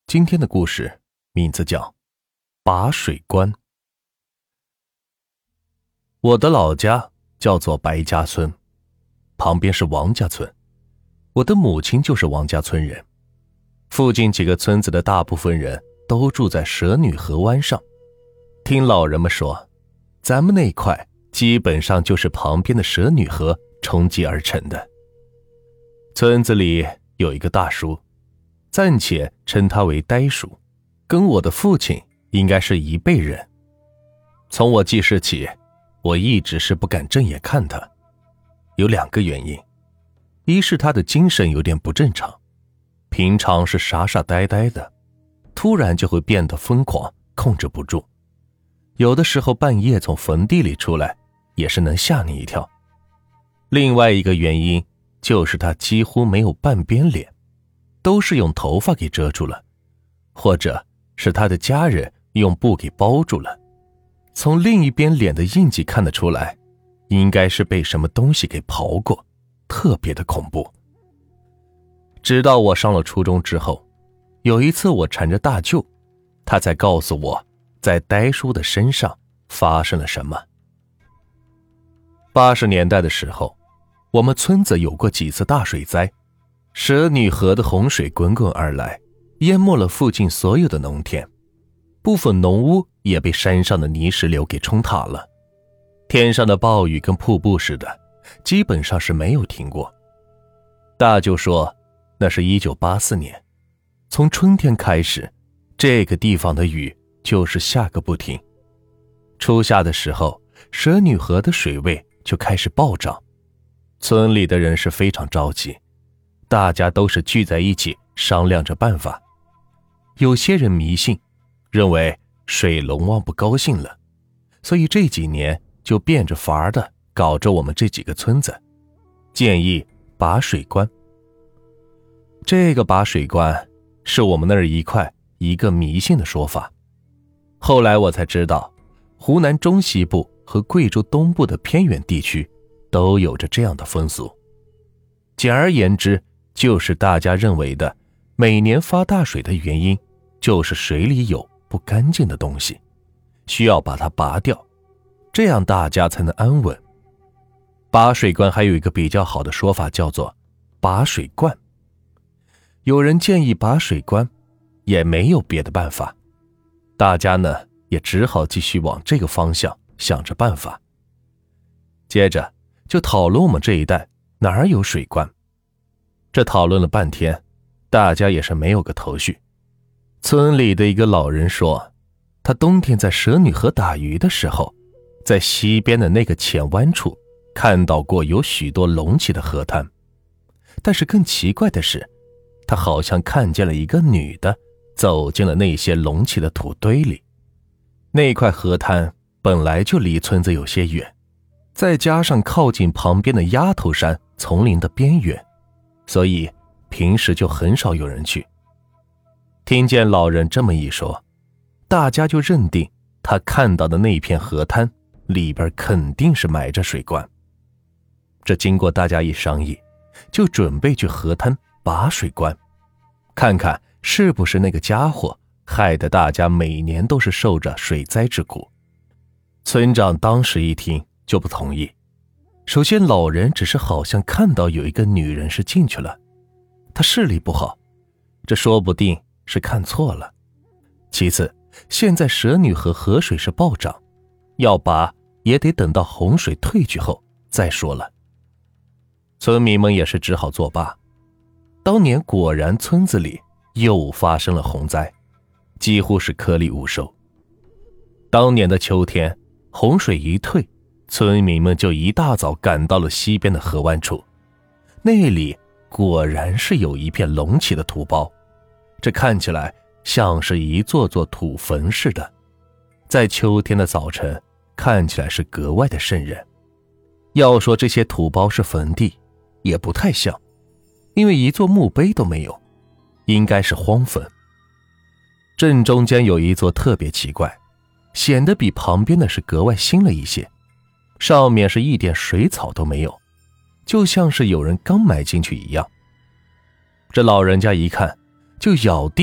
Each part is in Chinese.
今天的故事名字叫拔水关。我的老家叫做白家村，旁边是王家村，我的母亲就是王家村人。附近几个村子的大部分人都住在蛇女河湾上，听老人们说，咱们那块基本上就是旁边的蛇女河冲积而成的。村子里有一个大叔，暂且称他为呆叔，跟我的父亲应该是一辈人。从我记事起，我一直是不敢正眼看他，有2个原因。一是他的精神有点不正常，平常是傻傻呆呆的，突然就会变得疯狂，控制不住。有的时候半夜从坟地里出来，也是能吓你一跳。另外一个原因就是他几乎没有半边脸，都是用头发给遮住了，或者是他的家人用布给包住了。从另一边脸的印记看得出来，应该是被什么东西给刨过，特别的恐怖。直到我上了初中之后，有一次我缠着大舅，他才告诉我在呆叔的身上发生了什么。80年代的时候，我们村子有过几次大水灾，蛇女河的洪水滚滚而来，淹没了附近所有的农田，部分农屋也被山上的泥石流给冲塌了。天上的暴雨跟瀑布似的，基本上是没有停过。大舅说，那是1984年，从春天开始，这个地方的雨就是下个不停。初夏的时候，蛇女河的水位就开始暴涨，村里的人是非常着急，大家都是聚在一起商量着办法。有些人迷信，认为水龙王不高兴了，所以这几年就变着法的搞着我们这几个村子，建议拔水关。这个拔水关是我们那儿一个迷信的说法。后来我才知道，湖南中西部和贵州东部的偏远地区都有着这样的风俗。简而言之，就是大家认为的每年发大水的原因，就是水里有不干净的东西，需要把它拔掉，这样大家才能安稳。拔水关还有一个比较好的说法，叫做拔水罐。有人建议拔水关，也没有别的办法，大家呢也只好继续往这个方向想着办法。接着就讨论我们这一带哪儿有水关。这讨论了半天，大家也是没有个头绪。村里的一个老人说，他冬天在蛇女河打鱼的时候，在西边的那个浅湾处看到过有许多隆起的河滩，但是更奇怪的是，他好像看见了一个女的走进了那些隆起的土堆里。那块河滩本来就离村子有些远，再加上靠近旁边的丫头山丛林的边缘，所以平时就很少有人去。听见老人这么一说，大家就认定他看到的那片河滩里边肯定是埋着水关。这经过大家一商议，就准备去河滩拔水关，看看是不是那个家伙害得大家每年都是受着水灾之苦。村长当时一听就不同意。首先，老人只是好像看到有一个女人是进去了，他视力不好，这说不定是看错了。其次，现在蛇女河河水是暴涨，要拔也得等到洪水退去后再说了。村民们也是只好作罢。当年果然村子里又发生了洪灾，几乎是颗粒无收。当年的秋天，洪水一退，村民们就一大早赶到了西边的河湾处，那里果然是有一片隆起的土包，这看起来像是一座座土坟似的，在秋天的早晨看起来是格外的瘆人。要说这些土包是坟地，也不太像，因为一座墓碑都没有，应该是荒坟。正中间有一座特别奇怪，显得比旁边的是格外新了一些，上面是一点水草都没有，就像是有人刚埋进去一样。这老人家一看就咬定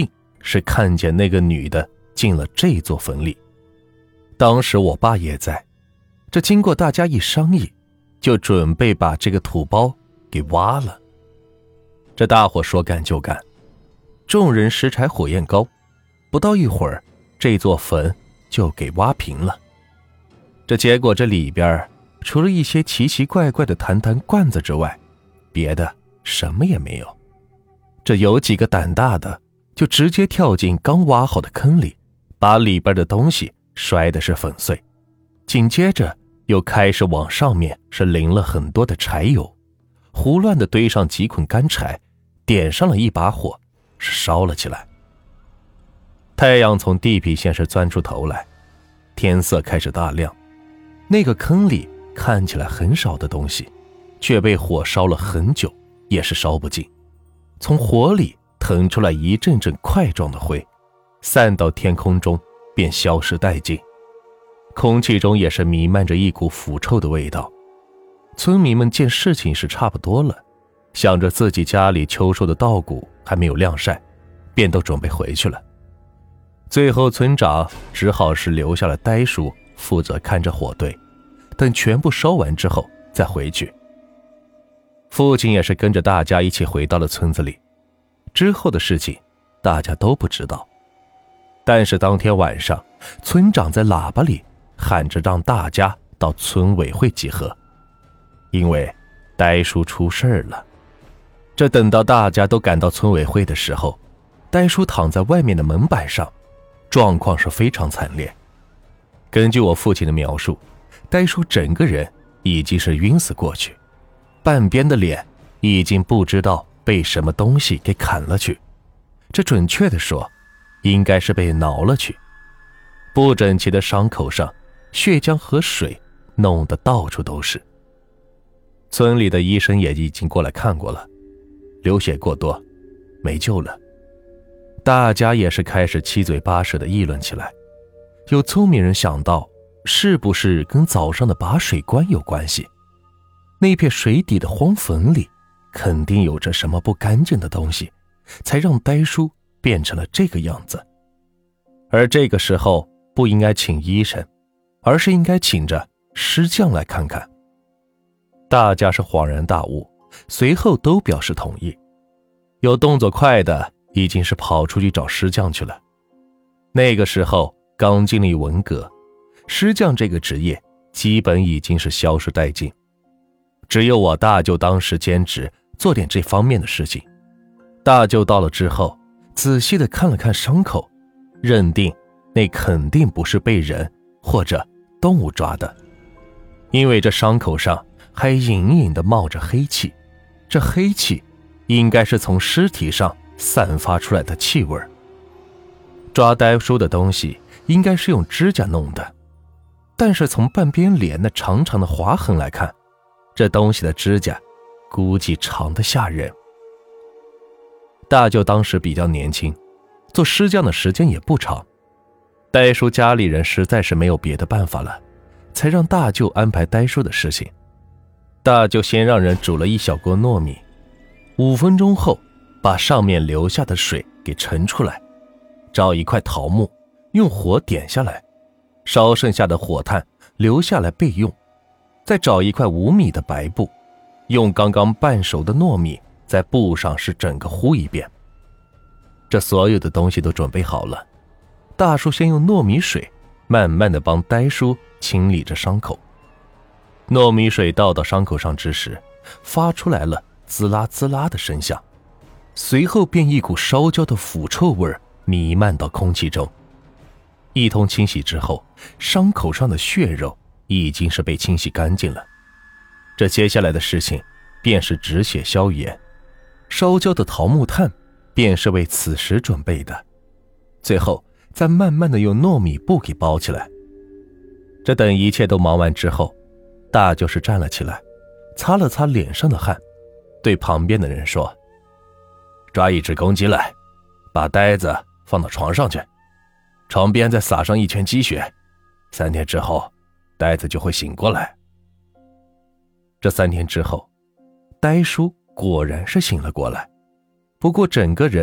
是看见那个女的进了这座坟里。当时我爸也在，这经过大家一商议，就准备把这个土包给挖了。这大伙说干就干，众人拾柴火焰高，不到一会儿，这座坟就给挖平了。这结果这里边除了一些奇奇怪怪的坛罐子之外，别的什么也没有。这有几个胆大的就直接跳进刚挖好的坑里，把里边的东西摔的是粉碎，紧接着又开始往上面是淋了很多的柴油，胡乱的堆上几捆干柴，点上了一把火，是烧了起来。太阳从地平线是钻出头来，天色开始大亮，那个坑里看起来很少的东西，却被火烧了很久，也是烧不尽。从火里腾出来一阵阵块状的灰，散到天空中便消失殆尽。空气中也是弥漫着一股腐臭的味道。村民们见事情是差不多了，想着自己家里秋收的稻谷还没有晾晒，便都准备回去了。最后村长只好是留下了呆叔负责看着火堆，等全部烧完之后再回去。父亲也是跟着大家一起回到了村子里，之后的事情大家都不知道。但是当天晚上，村长在喇叭里喊着让大家到村委会集合，因为呆叔出事了。这等到大家都赶到村委会的时候，呆叔躺在外面的门板上，状况是非常惨烈。根据我父亲的描述，呆叔整个人已经是晕死过去，半边的脸已经不知道被什么东西给砍了去，这准确的说应该是被挠了去。不整齐的伤口上血浆和水弄得到处都是。村里的医生也已经过来看过了，流血过多，没救了。大家也是开始七嘴八舌地议论起来。有聪明人想到，是不是跟早上的拔水关有关系？那片水底的荒坟里肯定有着什么不干净的东西，才让呆叔变成了这个样子。而这个时候不应该请医生，而是应该请着尸匠来看看。大家是恍然大悟，随后都表示同意。有动作快的已经是跑出去找尸匠去了。那个时候刚经历文革，尸匠这个职业基本已经是消失殆尽，只有我大舅当时兼职做点这方面的事情。大舅到了之后，仔细地看了看伤口，认定那肯定不是被人或者动物抓的，因为这伤口上还隐隐地冒着黑气，这黑气应该是从尸体上散发出来的气味。抓呆叔的东西应该是用指甲弄的，但是从半边脸那长长的划痕来看，这东西的指甲估计长得吓人。大舅当时比较年轻，做尸匠的时间也不长，呆叔家里人实在是没有别的办法了，才让大舅安排呆叔的事情。大舅先让人煮了一小锅糯米，5分钟后把上面留下的水给盛出来，找一块桃木用火点下来，烧剩下的火炭留下来备用，再找一块5米的白布，用刚刚半熟的糯米在布上是整个糊一遍。这所有的东西都准备好了，大叔先用糯米水慢慢地帮呆叔清理着伤口。糯米水倒到伤口上之时，发出来了滋啦滋啦的声响，随后便一股烧焦的腐臭味弥漫到空气中。一通清洗之后，伤口上的血肉已经是被清洗干净了。这接下来的事情便是止血消炎，烧焦的桃木炭便是为此时准备的，最后再慢慢的用糯米布给包起来。这等一切都忙完之后，大舅是站了起来，擦了擦脸上的汗，对旁边的人说：抓一只公鸡来，把呆子放到床上去，床边再撒上1圈鸡血，3天之后呆子就会醒过来。这3天之后，呆叔果然是醒了过来，不过整个人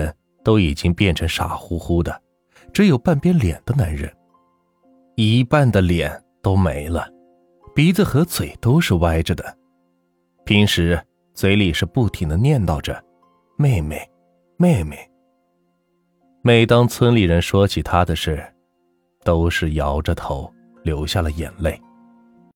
都已经变成傻乎乎的，只有半边脸的男人，一半的脸都没了，鼻子和嘴都是歪着的。平时嘴里是不停地念叨着妹妹妹妹，每当村里人说起他的事，都是摇着头流下了眼泪。